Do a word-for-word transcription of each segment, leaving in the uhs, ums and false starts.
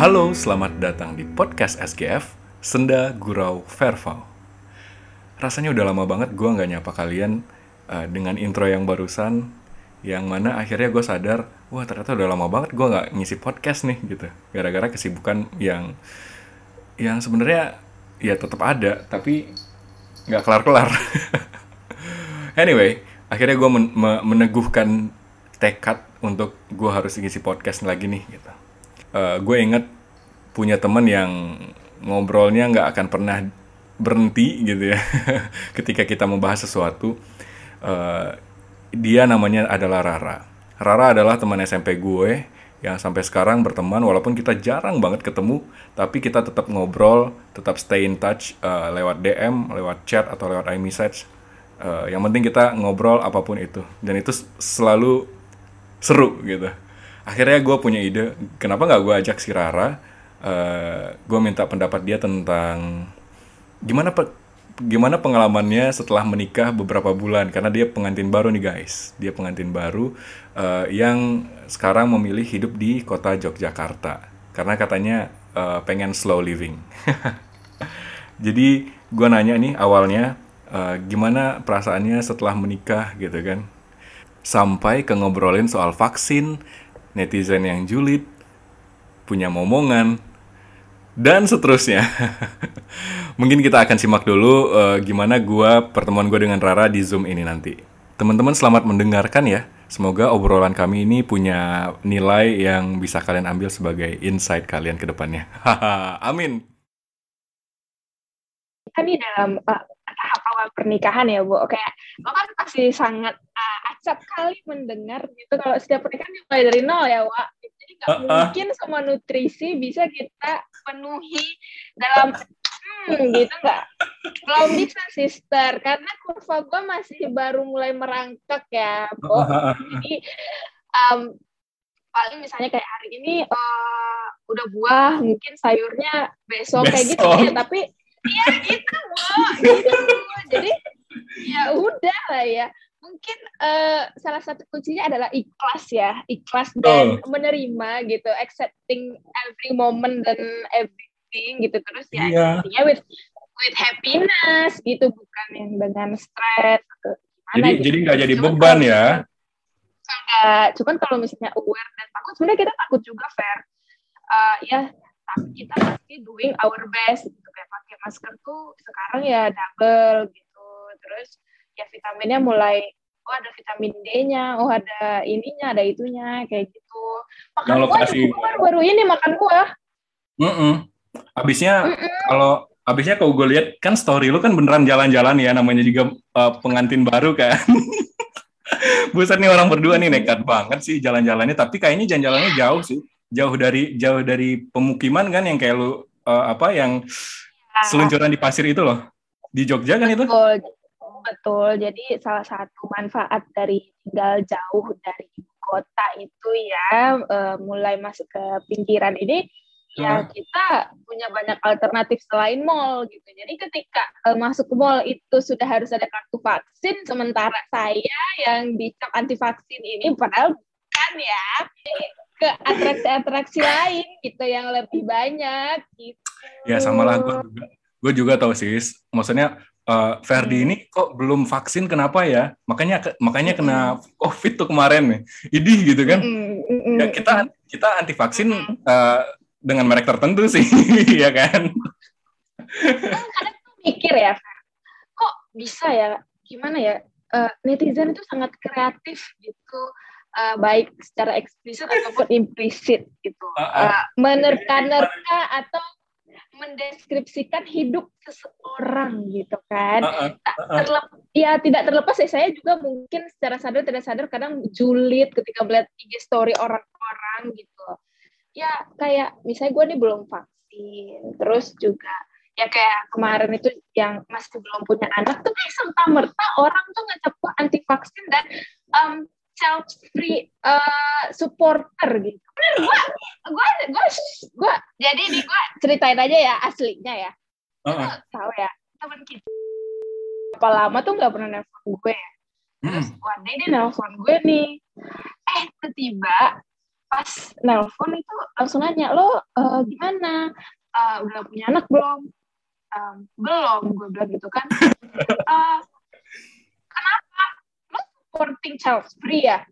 Halo, selamat datang di podcast S G F, Senda Gurau Verval. Rasanya udah lama banget gue nggak nyapa kalian uh, dengan intro yang barusan, yang mana akhirnya gue sadar, wah ternyata udah lama banget gue nggak ngisi podcast nih gitu. Gara-gara kesibukan yang yang sebenarnya ya tetap ada, tapi nggak kelar-kelar. Anyway, akhirnya gue men- me- meneguhkan tekad untuk gue harus ngisi podcast lagi nih gitu. Eh, gue inget punya temen yang ngobrolnya nggak akan pernah berhenti gitu ya ketika kita membahas sesuatu. Eh, Dia namanya adalah Rara. Rara adalah teman S M P gue yang sampai sekarang berteman walaupun kita jarang banget ketemu, tapi kita tetap ngobrol, tetap stay in touch eh, lewat D M, lewat chat atau lewat iMessage. Eh, yang penting kita ngobrol apapun itu, dan itu selalu seru gitu. Akhirnya gue punya ide, kenapa nggak gue ajak si Rara. Eh gue minta pendapat dia tentang gimana pe- gimana pengalamannya setelah menikah beberapa bulan, karena dia pengantin baru nih guys. Dia pengantin baru eh, yang sekarang memilih hidup di kota Yogyakarta karena katanya eh, pengen slow living. Jadi gue nanya nih awalnya, eh, gimana perasaannya setelah menikah gitu kan. Sampai ke ngobrolin soal vaksin, netizen yang julid, punya momongan, dan seterusnya. Mungkin kita akan simak dulu eh, gimana gua pertemuan gue dengan Rara di Zoom ini nanti. Teman-teman selamat mendengarkan ya. Semoga obrolan kami ini punya nilai yang bisa kalian ambil sebagai insight kalian ke depannya. Haha, amin. Kita nih dalam uh, tahap awal pernikahan ya, Bu. Kayak lo kan pasti sangat uh, acap kali mendengar gitu kalau setiap pernikahan dimulai dari nol ya, Wak. Jadi nggak Uh, uh. mungkin semua nutrisi bisa kita penuhi dalam hmm gitu nggak. Belum bisa, sister. Karena kurva gue masih baru mulai merangkak ya, Bu. Jadi um, paling misalnya kayak hari ini uh, udah buah, mungkin sayurnya besok, kayak gitu Besok. ya. Tapi iya gitu, Bu. Gitu. Jadi ya udah lah ya. Mungkin uh, salah satu kuncinya adalah ikhlas ya, ikhlas dan Oh, menerima gitu, accepting every moment dan everything gitu. Terus ya iya. intinya with with happiness gitu, bukan yang dengan stres atau Jadi gimana gitu. jadi nggak jadi Cuman beban kalau ya. misalnya enggak, cuman kalau misalnya aware dan takut, sebenarnya kita takut juga, fair. Uh, ya, tapi kita pasti doing our best gitu. Kayak pakai masker tuh sekarang ya double gitu. Terus ya vitaminnya mulai, oh ada vitamin D-nya, oh ada ininya, ada itunya, kayak gitu. Yang Makan buah juga, lokasi. gue baru-baru ini makan buah. Mm-mm. Abisnya Mm-mm. kalau abisnya kalau gue lihat kan story lu kan beneran jalan-jalan ya, namanya juga uh, pengantin baru kan. Buset nih orang berdua nih Mm-mm. nekat banget sih jalan-jalannya, tapi kayaknya jalan-jalannya jauh sih. Jauh dari jauh dari pemukiman kan, yang kayak lu uh, apa yang Ya, seluncuran di pasir itu loh. Di Jogja kan itu? betul, betul. Jadi salah satu manfaat dari tinggal jauh dari ibu kota itu ya, uh, mulai masuk ke pinggiran ini, ya Hah? kita punya banyak alternatif selain mall gitu. Jadi ketika uh, masuk ke mall itu sudah harus ada kartu vaksin, sementara saya yang dicap anti vaksin ini padahal bukan ya, ke atraksi-atraksi lain gitu yang lebih banyak gitu. Ya sama lah, gue juga gue juga tahu sih. Maksudnya uh, Ferdi ini Hmm. kok belum vaksin, kenapa ya? Makanya makanya kena Mm-mm. COVID tuh kemarin nih. Idih gitu kan. Mm-mm. Ya Mm-mm. kita kita anti vaksin Mm-mm. uh, dengan merek tertentu sih, ya kan? Kadang tuh mikir ya, kok bisa ya, gimana ya, uh, netizen itu sangat kreatif gitu, uh, baik secara eksplisit ataupun implisit gitu, Uh, uh. uh, menerka-nerka atau mendeskripsikan hidup seseorang gitu kan. Uh, uh. Tak Uh, uh. terlep, ya tidak terlepas ya, saya juga mungkin secara sadar tidak sadar kadang julid ketika melihat I G story orang-orang gitu. Ya kayak misalnya gue nih belum vaksin, terus juga ya kayak kemarin itu yang masih belum punya anak tuh kayak serta merta orang tuh ngecap gue anti vaksin dan um, self free uh, supporter gitu. Bener, gue gue gue gue jadi nih gue ceritain aja ya aslinya ya. Uh, Itu uh. tahu ya, temen kita berapa lama tuh nggak pernah nelfon gue ya. Terus Hmm. one day dia nelfon gue nih, eh tiba-tiba pas nelpon itu langsung nanya, lo uh, gimana, uh, udah punya anak belum? Um, belum, gue bilang gitu kan. uh, kenapa lo supporting child free ya?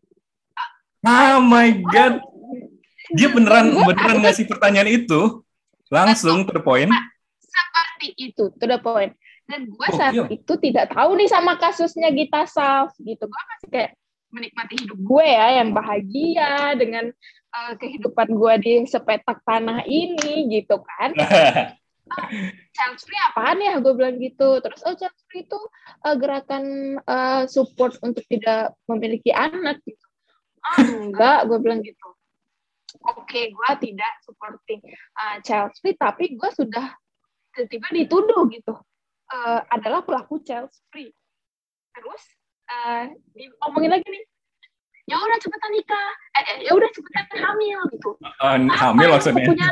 Oh my god, dia beneran beneran ngasih pertanyaan itu langsung to the point. Seperti itu, to the point. Dan gue oh, saat iya. itu tidak tahu nih sama kasusnya Gita Salf gitu. Gue masih kayak menikmati hidup gue ya, yang bahagia dengan uh, kehidupan gue di sepetak tanah ini gitu kan. uh, child free apaan ya, gue bilang gitu. Terus oh child free itu uh, gerakan uh, support untuk tidak memiliki anak gitu. Oh enggak, gue bilang gitu. Oke, okay, gue tidak supporting uh, child free, tapi gue sudah tiba-tiba dituduh gitu uh, adalah pelaku child free. Terus uh, diomongin lagi nih, ya udah cepetan nikah, eh, eh ya udah cepetan hamil gitu. Uh, hamil maksudnya? Punya,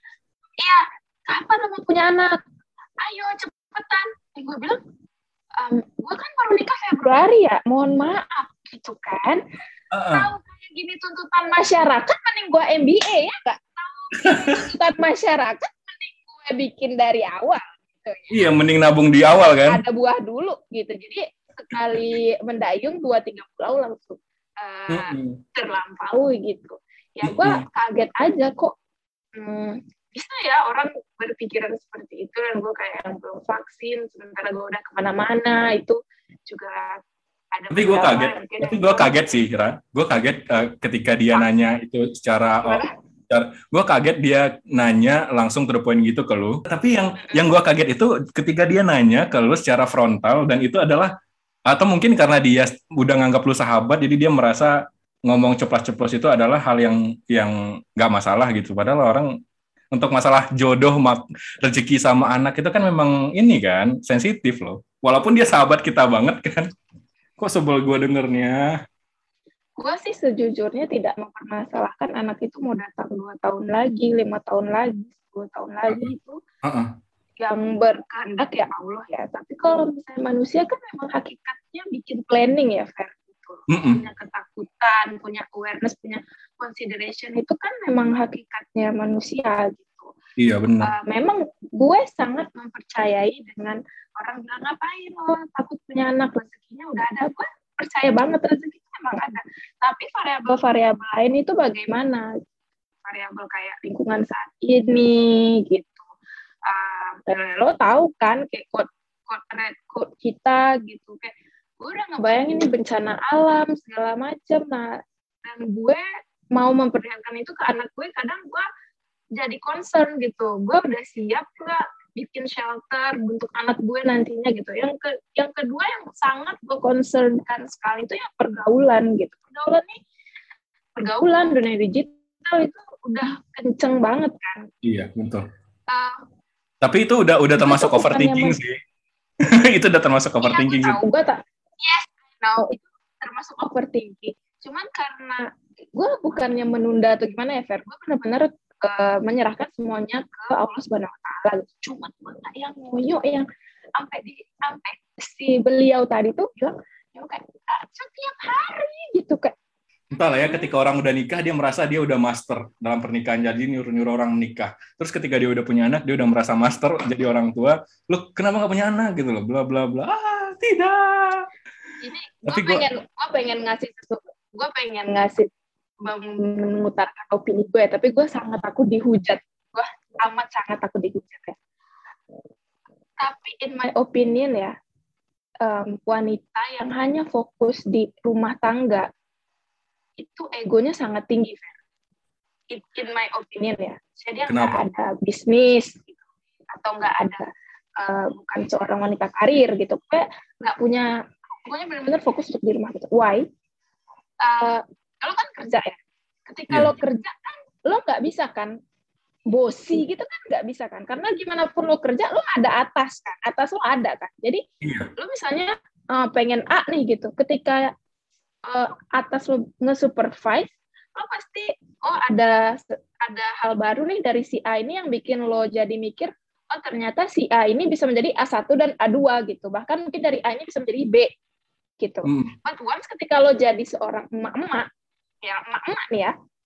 iya, kapan lo mau punya anak? Ayo cepetan. Eh, gue bilang, um, gue kan baru nikah Februari ya, mohon maaf gitu kan. Uh-uh. Tahu kayak gini tuntutan masyarakat, mending gue M B A ya, nggak tahu tuntutan masyarakat, mending gue bikin dari awal. Gitu, ya. Iya, mending nabung di awal kan. Ada buah dulu gitu, jadi sekali mendayung dua tiga pulau langsung uh, mm-hmm. terlampaui gitu. Ya gue mm-hmm. kaget aja kok hmm, bisa ya orang berpikiran seperti itu, dan gue kayak yang belum vaksin sementara gue udah kemana-mana itu juga ada. Tapi gue kaget, tapi gue kaget sih, Ra. Gue kaget uh, ketika dia ah. nanya itu secara, oh, secara gue kaget dia nanya langsung to the point gitu ke lu. Tapi yang mm-hmm. yang gue kaget itu ketika dia nanya ke lu secara frontal, dan itu adalah, atau mungkin karena dia udah nganggap lu sahabat, jadi dia merasa ngomong ceplos-ceplos itu adalah hal yang yang nggak masalah gitu. Padahal orang untuk masalah jodoh, mak, rezeki sama anak itu kan memang ini kan sensitif loh. Walaupun dia sahabat kita banget kan. Kok sebel gue dengernya. Gue sih sejujurnya tidak mempermasalahkan anak itu mau datang dua tahun lagi, lima tahun lagi, sepuluh tahun lagi itu. Uh-uh. Yang berkehendak ya Allah ya. Tapi kalau misalnya manusia kan memang hakikatnya bikin planning ya, Fer. Gitu. Punya ketakutan, punya awareness, punya consideration, itu kan memang hakikatnya manusia gitu. Iya benar. Uh, memang gue sangat mempercayai dengan orang bilang ngapain lo takut punya anak, rezekinya udah ada. Gue percaya banget rezekinya memang ada. Tapi variabel-variabel lain itu bagaimana? Variabel kayak lingkungan saat ini gitu. Uh, lo tahu kan kayak quote quote red quote kita gitu, kayak gue udah ngebayangin nih bencana alam segala macam, nah dan gue mau memperlihatkan itu ke anak gue, kadang gue jadi concern gitu, gue udah siap gak bikin shelter untuk anak gue nantinya gitu. Yang ke yang kedua yang sangat gue concernkan sekali itu yang pergaulan gitu. Pergaulan nih pergaulan dunia digital itu udah kenceng banget kan. Iya betul. Uh, Tapi itu udah udah termasuk overthinking mas- sih. Itu udah termasuk overthinking. Iya, gue tahu, gue tahu. Yes, no, itu termasuk overthinking. Cuman karena gue bukannya menunda atau gimana ya, Fer. Gue benar-benar uh, menyerahkan semuanya ke Allah Subhanahu Wa Taala. Cuman mana yang ngoyo yang sampai di sampai si beliau tadi tuh bilang, ya kayak setiap hari gitu kayak. Entahlah ya, ketika orang udah nikah dia merasa dia udah master dalam pernikahan, jadi nyuruh-nyuruh orang menikah. Terus ketika dia udah punya anak dia udah merasa master jadi orang tua. Lu kenapa nggak punya anak gitu loh, bla bla bla. Ah tidak. Ini gue pengen gue pengen ngasih sesuatu, gue pengen ngasih mengutarakan opini gue, tapi gue sangat takut dihujat. Gue amat sangat takut dihujat ya. Tapi in my opinion ya, um, wanita yang hanya fokus di rumah tangga itu egonya sangat tinggi, in, in my opinion ya. Jadi nggak ada bisnis gitu, atau nggak ada uh, bukan seorang wanita karir gitu, kayak nggak punya, pokoknya benar-benar fokus untuk di rumah gitu. Why? Uh, lo kan kerja ya. Ketika yeah. lo kerja kan lo nggak bisa kan bosi gitu kan, nggak bisa kan, karena gimana pun lo kerja lo ada atas kan, atas lo ada kan. Jadi yeah. lo misalnya uh, pengen A nih gitu, ketika Uh, atas lo nge-supervise, lo pasti oh ada ada hal baru nih dari si A ini yang bikin lo jadi mikir, oh ternyata si A ini bisa menjadi A satu dan A dua gitu, bahkan mungkin dari A ini bisa menjadi B gitu. Hmm. But once ketika lo jadi seorang emak-emak, ya emak-emak nih ya,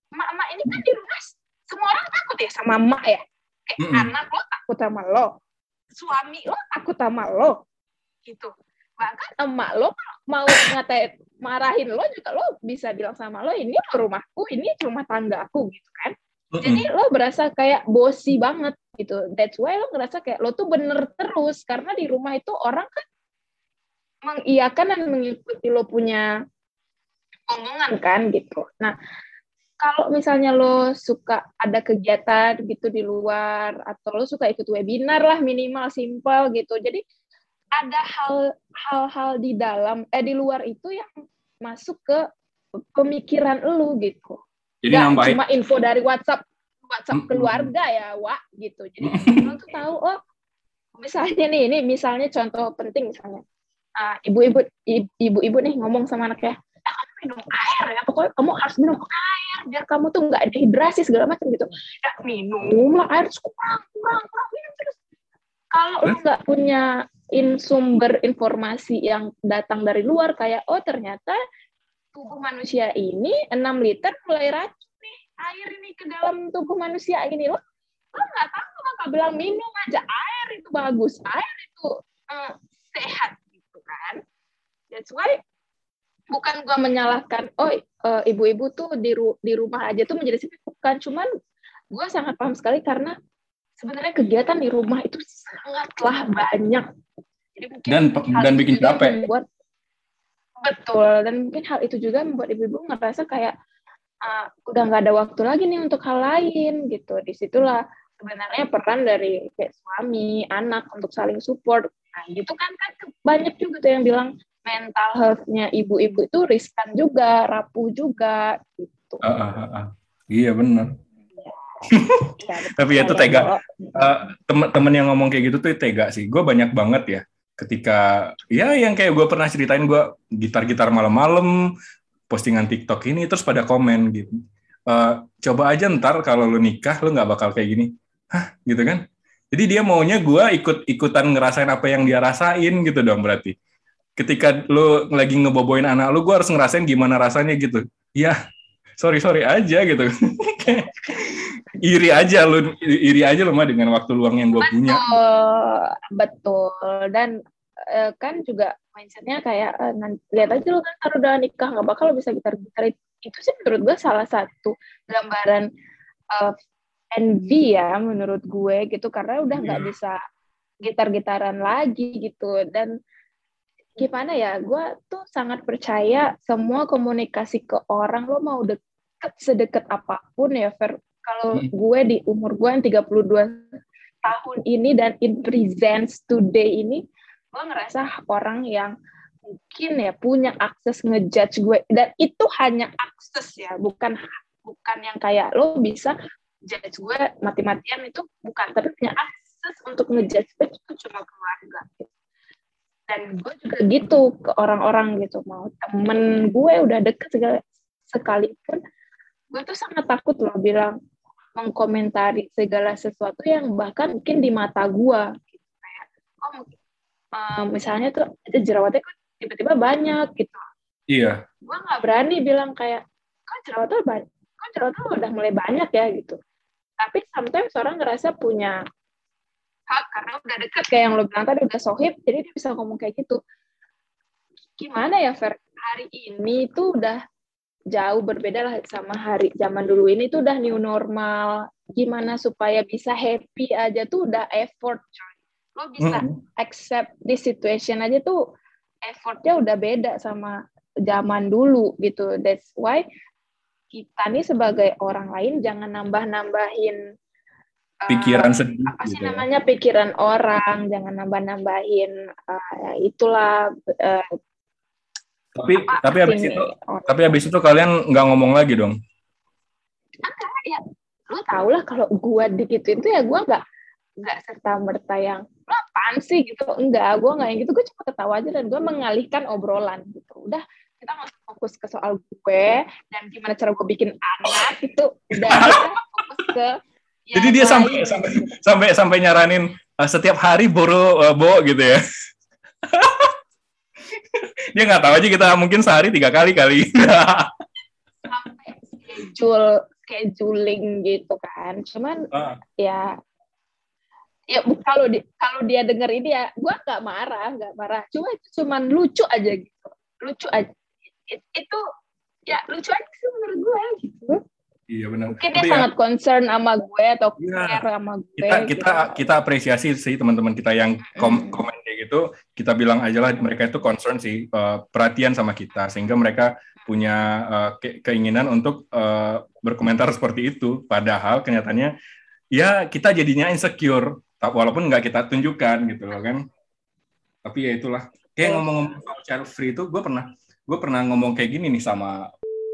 emak-emak ini kan di rumah semua orang takut ya sama emak ya. Kayak mm-hmm. anak lo takut sama lo, suami lo takut sama lo, gitu. Bahkan emak lo mau ngatain, marahin lo juga lo bisa bilang sama lo, ini rumahku, ini rumah tanggaku, gitu kan. Mm-hmm. Jadi lo berasa kayak bossy banget gitu. That's why lo ngerasa kayak lo tuh bener terus, karena di rumah itu orang kan mengiyakan dan mengikuti lo punya omongan kan gitu. Nah, kalau misalnya lo suka ada kegiatan gitu di luar, atau lo suka ikut webinar lah minimal simple gitu. Jadi ada hal hal-hal di dalam eh di luar itu yang masuk ke pemikiran lo gitu. Jadi nggak nambahin cuma info dari WhatsApp WhatsApp keluarga ya, Wak gitu. Jadi lo tuh tahu oh misalnya nih ini misalnya contoh penting misalnya uh, ibu-ibu ibu-ibu nih ngomong sama anaknya, ah, kamu minum air ya, pokoknya kamu harus minum air biar kamu tuh nggak dehidrasi segala macam gitu. Ya minumlah air kurang kurang kurang minum terus. Kalau lo nggak punya in sumber informasi yang datang dari luar kayak oh ternyata tubuh manusia ini enam liter mulai racun nih air ini ke dalam tubuh manusia ini, lo lo nggak tahu, maka bilang minum aja air itu bagus, air itu uh, sehat gitu kan. That's why bukan gua menyalahkan oh uh, ibu-ibu tuh di ru- di rumah aja tuh menjadi sibuk, bukan, cuman gua sangat paham sekali karena sebenarnya kegiatan di rumah itu sangatlah banyak. Jadi mungkin dan dan bikin capek. Membuat, betul, dan mungkin hal itu juga membuat ibu-ibu ngerasa kayak uh, udah nggak ada waktu lagi nih untuk hal lain gitu. Disitulah sebenarnya peran dari kayak suami, anak untuk saling support. Nah gitu kan kan banyak juga tuh yang bilang mental health-nya ibu-ibu itu riskan juga, rapuh juga gitu. Uh, uh, uh, uh. Iya benar. Ya, tapi ya itu tega. Uh, temen-temen yang ngomong kayak gitu tuh tega sih. Gue banyak banget ya. Ketika ya yang kayak gue pernah ceritain, gue gitar-gitar malam-malam, postingan TikTok ini terus pada komen gitu. Uh, coba aja ntar kalau lu nikah lu nggak bakal kayak gini. Hah gitu kan. Jadi dia maunya gue ikut-ikutan ngerasain apa yang dia rasain gitu dong berarti. Ketika lu lagi ngeboboin anak lu, gue harus ngerasain gimana rasanya gitu. Ya sorry sorry aja gitu. iri aja lu iri aja lu mah dengan waktu luang yang gue punya. Betul, dan uh, kan juga mindsetnya kayak uh, nanti, lihat aja lu kan kalau udah nikah nggak bakal lo bisa gitar-gitar. Itu sih menurut gue salah satu gambaran uh, envy ya menurut gue gitu, karena udah nggak yeah. bisa gitar-gitaran lagi gitu. Dan gimana ya, gue tuh sangat percaya semua komunikasi ke orang lo mau deket sedekat apapun ya Fer. Kalau gue di umur gue yang tiga puluh dua tahun ini dan in presence today ini, gue ngerasa orang yang mungkin ya punya akses ngejudge gue, dan itu hanya akses ya, bukan bukan yang kayak lo bisa judge gue mati-matian, itu bukan, tapi punya akses untuk ngejudge gue itu cuma keluarga gitu. Dan gue juga gitu ke orang-orang gitu, mau temen gue udah deket segala, sekalipun gue tuh sangat takut loh bilang mengkomentari segala sesuatu yang bahkan mungkin di mata gue gitu. Kayak oh uh, misalnya tuh ada jerawatnya kok tiba-tiba banyak gitu. Iya. Gue nggak berani bilang kayak kok jerawatnya banyak, kok jerawatnya udah mulai banyak ya gitu. Tapi sometimes orang ngerasa punya hak karena udah deket kayak yang lo bilang tadi, udah sohib, jadi dia bisa ngomong kayak gitu. Gimana ya Fer, hari ini tuh udah jauh berbeda lah sama hari zaman dulu. Ini tuh udah new normal. Gimana supaya bisa happy aja tuh udah effort, coy. Lo bisa mm-hmm. accept this situation aja tuh effortnya udah beda sama zaman dulu gitu. That's why kita nih sebagai orang lain jangan nambah-nambahin pikiran uh, sedih. Apa sih gitu namanya ya. Pikiran orang, jangan nambah-nambahin uh, itulah. Uh, Tapi apa tapi habis itu orang. tapi habis itu kalian nggak ngomong lagi dong? Enggak ya, lo tau lah kalau gue digituin tuh ya gue nggak nggak serta merta yang lo apaan sih gitu, enggak, gue nggak yang gitu, gue cuma ketawa aja dan gue mengalihkan obrolan gitu. Udah kita nggak usah fokus ke soal gue dan gimana cara gue bikin anak itu, udah kita fokus ke. Jadi dia sampai, gitu. sampai sampai sampai nyaranin uh, setiap hari boro uh, bo gitu ya. Dia nggak tahu aja kita mungkin sehari tiga kali kali. Sampai schedule scheduling gitu kan. Cuman Ah. ya ya kalau di, kalau dia denger ini ya gue nggak marah nggak marah cuma itu cuman lucu aja gitu lucu aja It, itu ya lucu aja sih menurut gue gitu. Iya benar. Mungkin dia Tapi ya, sangat concern sama gue atau ya care sama gue kita kita gitu. kita apresiasi sih teman-teman kita yang kom Mm. komen kayak gitu. Kita bilang aja lah mereka itu concern sih, uh, perhatian sama kita sehingga mereka punya uh, ke keinginan untuk uh, berkomentar seperti itu. Padahal kenyataannya ya kita jadinya insecure walaupun nggak kita tunjukkan gitu loh kan. Tapi ya itulah. Kayak Terus, ngomong-ngomong soal child free itu gue pernah gue pernah ngomong kayak gini nih sama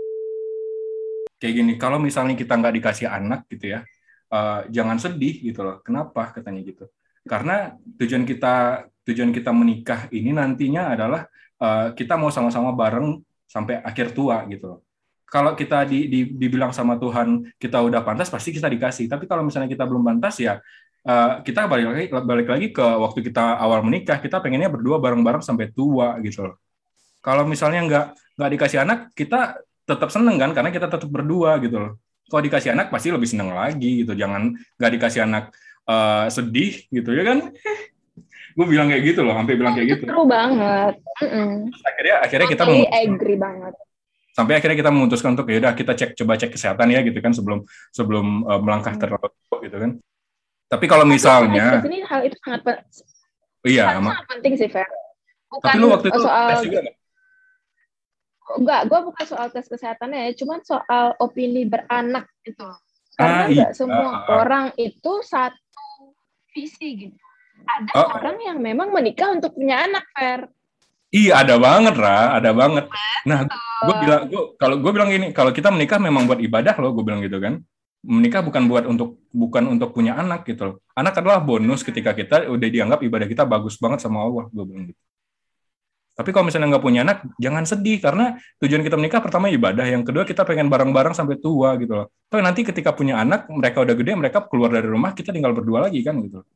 kayak gini, kalau misalnya kita nggak dikasih anak gitu ya, uh, jangan sedih gitu loh. Kenapa katanya gitu? Karena tujuan kita tujuan kita menikah ini nantinya adalah uh, kita mau sama-sama bareng sampai akhir tua gitu loh. Kalau kita di, di, dibilang sama Tuhan kita udah pantas, pasti kita dikasih. Tapi kalau misalnya kita belum pantas ya uh, kita balik lagi balik lagi ke waktu kita awal menikah, kita pengennya berdua bareng-bareng sampai tua gitu loh. Kalau misalnya nggak nggak dikasih anak, kita tetap seneng kan, karena kita tetap berdua gitu loh. Kalau dikasih anak pasti lebih seneng lagi gitu. Jangan nggak dikasih anak uh, sedih gitu ya kan? Gue bilang kayak gitu loh, sampai bilang kayak itu gitu. true banget. Mm-mm. Akhirnya akhirnya kita Totally memutuskan, agree banget. sampai akhirnya kita memutuskan untuk ya udah kita cek coba cek kesehatan ya gitu kan sebelum sebelum uh, melangkah Mm. terlalu jauh gitu kan. Tapi kalau Tapi misalnya, sampai sini hal itu sangat iya, hal itu sangat penting sih Fer. tapi Bukan lu waktu itu tes soal juga nggak? enggak, gue bukan soal tes kesehatannya ya, cuman soal opini beranak gitu. Ah Karena iya, nggak semua ah, ah. orang itu satu visi gitu. Ada Oh, orang yang memang menikah untuk punya anak, Fer. iya ada banget Ra, ada banget. Nah, gue Uh, bilang, gua, kalau gue bilang gini, kalau kita menikah memang buat ibadah loh, gue bilang gitu kan. Menikah bukan buat untuk bukan untuk punya anak gitu loh. Anak adalah bonus ketika kita udah dianggap ibadah kita bagus banget sama Allah, gue bilang gitu. Tapi kalau misalnya nggak punya anak, jangan sedih karena tujuan kita menikah pertama ibadah, yang kedua kita pengen bareng-bareng sampai tua gitu loh. Tapi nanti ketika punya anak, mereka udah gede, mereka keluar dari rumah, kita tinggal berdua lagi kan gitu.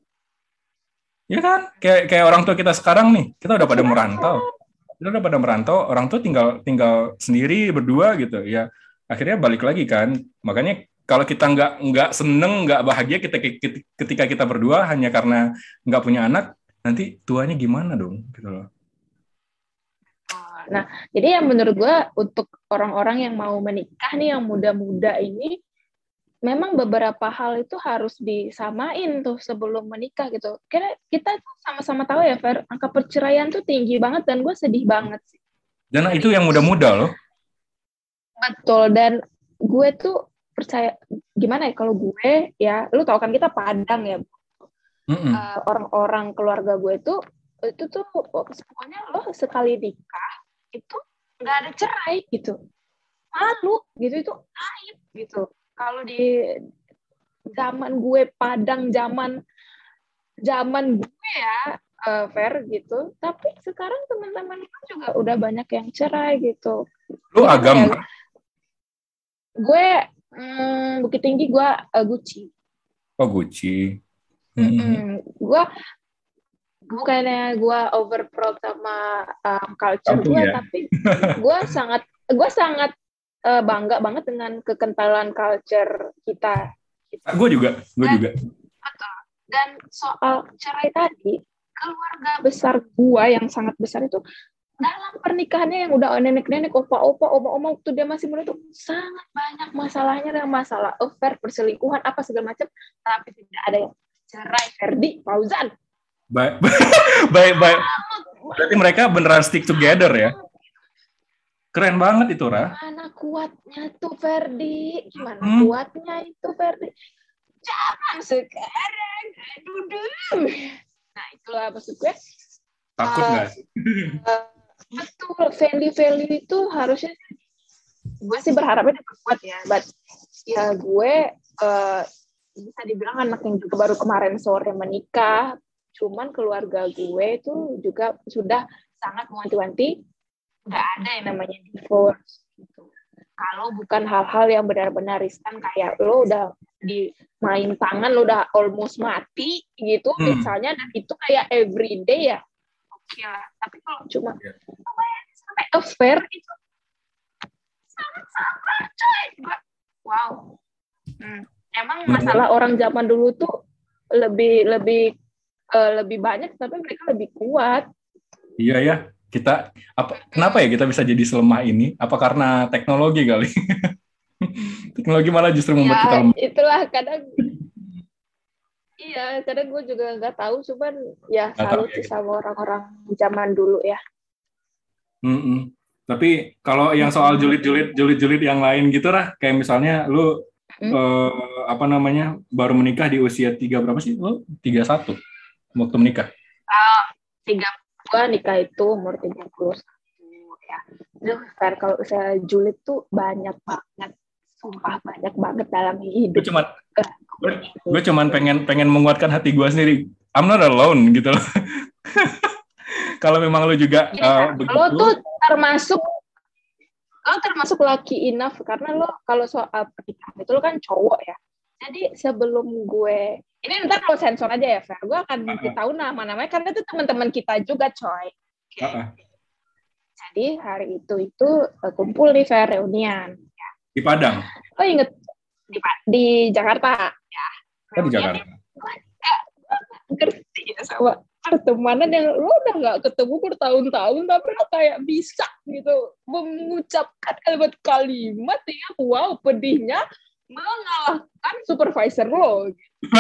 Ya kan? Kayak kayak orang tua kita sekarang nih, kita udah pada merantau. Kita udah pada merantau, orang tua tinggal tinggal sendiri berdua gitu. Ya akhirnya balik lagi kan. Makanya kalau kita nggak nggak seneng, nggak bahagia kita ketika kita berdua hanya karena nggak punya anak, nanti tuanya gimana dong gitu loh. Nah, jadi yang menurut gue untuk orang-orang yang mau menikah nih, yang muda-muda ini, memang beberapa hal itu harus disamain tuh sebelum menikah gitu. Karena kita tuh sama-sama tahu ya, Fer, angka perceraian tuh tinggi banget dan gue sedih banget sih. Dan itu yang muda-muda loh. Betul, dan gue tuh percaya, gimana ya, kalau gue, ya, lu tau kan kita Padang ya, Mm-mm. uh, orang-orang keluarga gue tuh, itu tuh pokoknya lo sekali nikah, itu nggak ada cerai gitu. Malu gitu, itu aib gitu. Kalau di zaman gue Padang, zaman zaman gue ya, uh, Fer gitu. Tapi sekarang teman-teman gue juga udah banyak yang cerai gitu. Lu Gimana agama? ya? Gue hmm, Bukit Tinggi, gue uh, Gucci. Oh Gucci. Mm-mm. Gue bukannya gue over proud sama um, culture Kampung gue, ya. tapi gue sangat gue sangat uh, bangga banget dengan kekentalan culture kita. Gue juga, gue juga. Betul. Dan soal cerai tadi, keluarga besar gue yang sangat besar itu dalam pernikahannya yang udah nenek-nenek, opa-opa, oma-oma waktu dia masih muda tuh sangat banyak masalahnya, dengan masalah affair, perselingkuhan, apa segala macam, tapi tidak ada yang cerai. Ferdi, Fauzan. Baik, baik, baik. Berarti mereka beneran stick together ya? Keren banget itu, Ra. Gimana kuatnya tuh, Ferdi? Gimana Hmm. kuatnya itu, Ferdi? Jangan sekarang, aduh. Nah, itulah maksud gue. Takut nggak uh, sih? Uh, betul, value-value itu harusnya, gue sih berharapnya diperkuat ya, but ya gue uh, bisa dibilang anak yang juga baru kemarin sore menikah, cuman keluarga gue itu juga sudah sangat mewanti-wanti nggak ada yang namanya divorce gitu. Kalau bukan hal-hal yang benar-benar riskan kayak lo udah di main tangan, lo udah almost mati gitu, hmm. misalnya, dan itu kayak everyday ya, oke okay lah. Tapi kalau cuma yeah. sampai affair itu sangat-sangat coy. Wow. Hmm. Emang Benar-benar. masalah orang zaman dulu tuh lebih lebih uh, lebih banyak, tapi mereka lebih kuat. Iya ya, kita apa? Kenapa ya kita bisa jadi selemah ini? Apa karena teknologi kali? Teknologi malah justru membuat kita Ya lemah. itulah kadang. Iya, kadang gue juga nggak tahu, cuman ya Nggak tahu salut ya sih kita. sama orang-orang zaman dulu ya. Mm-mm. Tapi kalau yang soal Mm-mm. julid-julid, julid-julid yang lain gitu lah, kayak misalnya lu Mm-mm. eh, apa namanya baru menikah di usia tiga berapa sih? Lu tiga satu waktu menikah. Ah, tiga gua nikah itu umur tiga puluh satu ya. Duh, Fer, kalau usaha julid tuh banyak banget. Sumpah banyak banget dalam Gue hidup. cuman Eh, gue, gue cuman pengen pengen menguatkan hati gue sendiri. I'm not alone gitu loh. Kalau memang lu juga Gini eh, Fer, lo tuh begitu, termasuk lo termasuk lucky enough karena lo kalau soal pernikahan itu lo kan cowok ya. Jadi sebelum gue ini ntar lo sensor aja ya Fer, gue akan uh, tahu nama-namanya karena itu teman-teman kita juga coy. uh, Oke. uh, Jadi hari itu itu uh, kumpul nih Fer reunian. di Padang, Lo inget di, di Jakarta ya oh di reunian nih. Jakarta. Ngerti ya sama pertemanan yang lo udah nggak ketemu bertahun-tahun tapi lo kayak bisa gitu mengucapkan kalimat-kalimat yang wow pedihnya mengalahkan supervisor lo.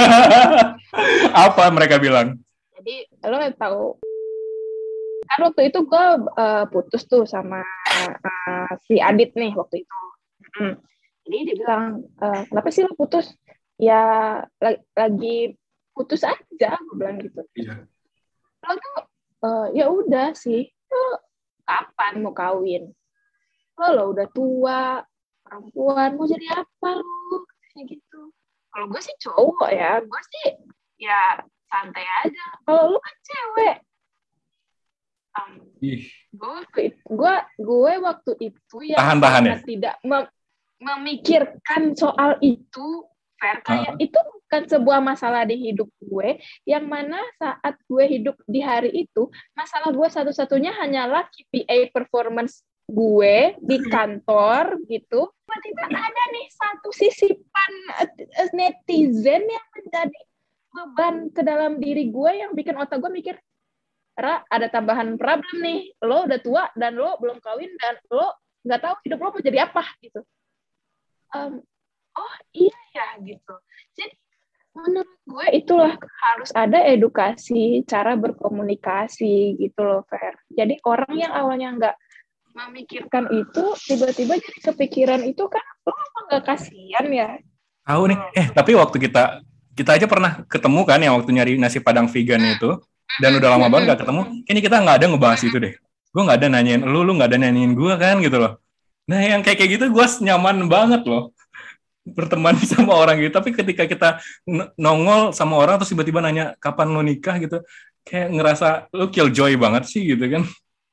Apa mereka bilang? Jadi lo tahu kan waktu itu gue uh, putus tuh sama uh, si Adit nih waktu itu. Hmm. Jadi dia bilang uh, kenapa sih lo putus? Ya lagi putus aja, gue bilang gitu. Iya. Lo tuh uh, ya udah sih, lo kapan mau kawin? Lo lo udah tua, perempuan mau jadi apa lo? Kayak gitu. Kalau gue sih cowok ya, gue sih ya santai aja. Kalau lo kan cewek, um, gue gue gue waktu itu yang Tahan-tahan ya? tidak mem- memikirkan soal itu. Fair kayak Uh-huh. itu bukan sebuah masalah di hidup gue, yang mana saat gue hidup di hari itu masalah gue satu-satunya hanyalah K P I performance gue di kantor gitu. Tiba-tiba ada nih satu sisipan netizen yang menjadi beban ke dalam diri gue yang bikin otak gue mikir, Ra, ada tambahan problem nih, lo udah tua dan lo belum kawin dan lo nggak tahu hidup lo mau jadi apa gitu. Um, oh iya ya gitu. Jadi menurut gue itulah harus ada edukasi cara berkomunikasi gitu loh Fer. Jadi orang yang awalnya nggak memikirkan itu tiba-tiba jadi kepikiran itu kan lo nggak kasihan ya. Tahu nih. Eh tapi waktu kita kita aja pernah ketemu kan yang waktu nyari nasi Padang vegan itu dan udah lama banget gak ketemu. Ini kita nggak ada ngebahas itu deh. Gue nggak ada nanyain lu, lu nggak ada nanyain gue kan gitu loh. Nah yang kayak kayak gitu gue nyaman banget loh berteman sama orang gitu. Tapi ketika kita nongol sama orang terus tiba-tiba nanya kapan lo nikah gitu, kayak ngerasa lo killjoy banget sih gitu kan.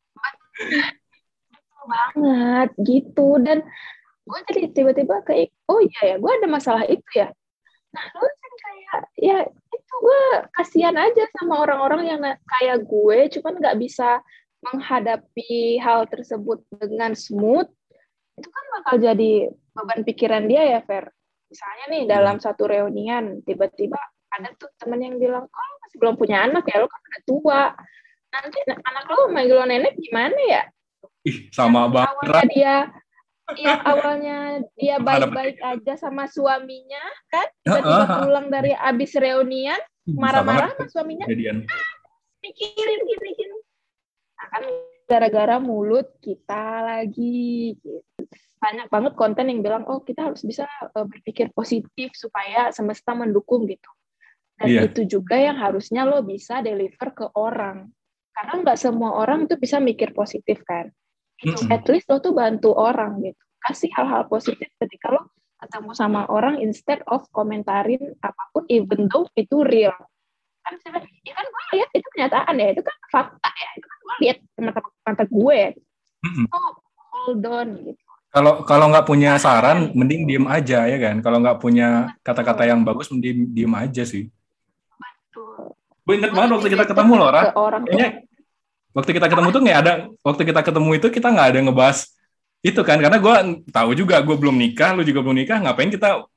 Banget gitu. Dan gue jadi tiba-tiba kayak oh iya ya gue ada masalah itu ya. Nah lo kan kayak ya itu gue kasihan aja sama orang-orang yang kayak gue cuman nggak bisa menghadapi hal tersebut dengan smooth. Itu kan bakal jadi beban pikiran dia ya, Fer. Misalnya nih, dalam satu reunian, tiba-tiba ada tuh temen yang bilang, oh, lo masih belum punya anak ya, lo kan udah tua. Nanti anak lo manggil lo nenek gimana ya? Ih, sama yang banget. Awalnya dia, yang awalnya dia baik-baik aja sama suaminya, kan? Tiba-tiba pulang dari abis reunian, marah-marah sama suaminya. Ah, pikirin gini-gini. Nah, kan gara-gara mulut kita lagi gitu. Banyak banget konten yang bilang oh kita harus bisa uh, berpikir positif supaya semesta mendukung gitu dan iya. Itu juga yang harusnya lo bisa deliver ke orang karena nggak semua orang tuh bisa mikir positif kan itu mm-hmm. At least lo tuh bantu orang gitu kasih hal-hal positif ketika lo ketemu sama orang instead of komentarin apapun even though itu real kan ya kan gue lihat itu kenyataan ya itu kan fakta ya itu kan gue lihat mata-mata gue mm-hmm. Oh hold on gitu. Kalau kalau nggak punya saran, mending diem aja ya kan. Kalau nggak punya kata-kata yang bagus, mending diem aja sih. Betul. Gue inget banget waktu kita ketemu loh, Ra. Kayaknya waktu kita ketemu tuh nggak ada. Waktu kita ketemu itu kita nggak ada ngebahas itu kan. Karena gue tahu juga gue belum nikah, lu juga belum nikah. Ngapain kita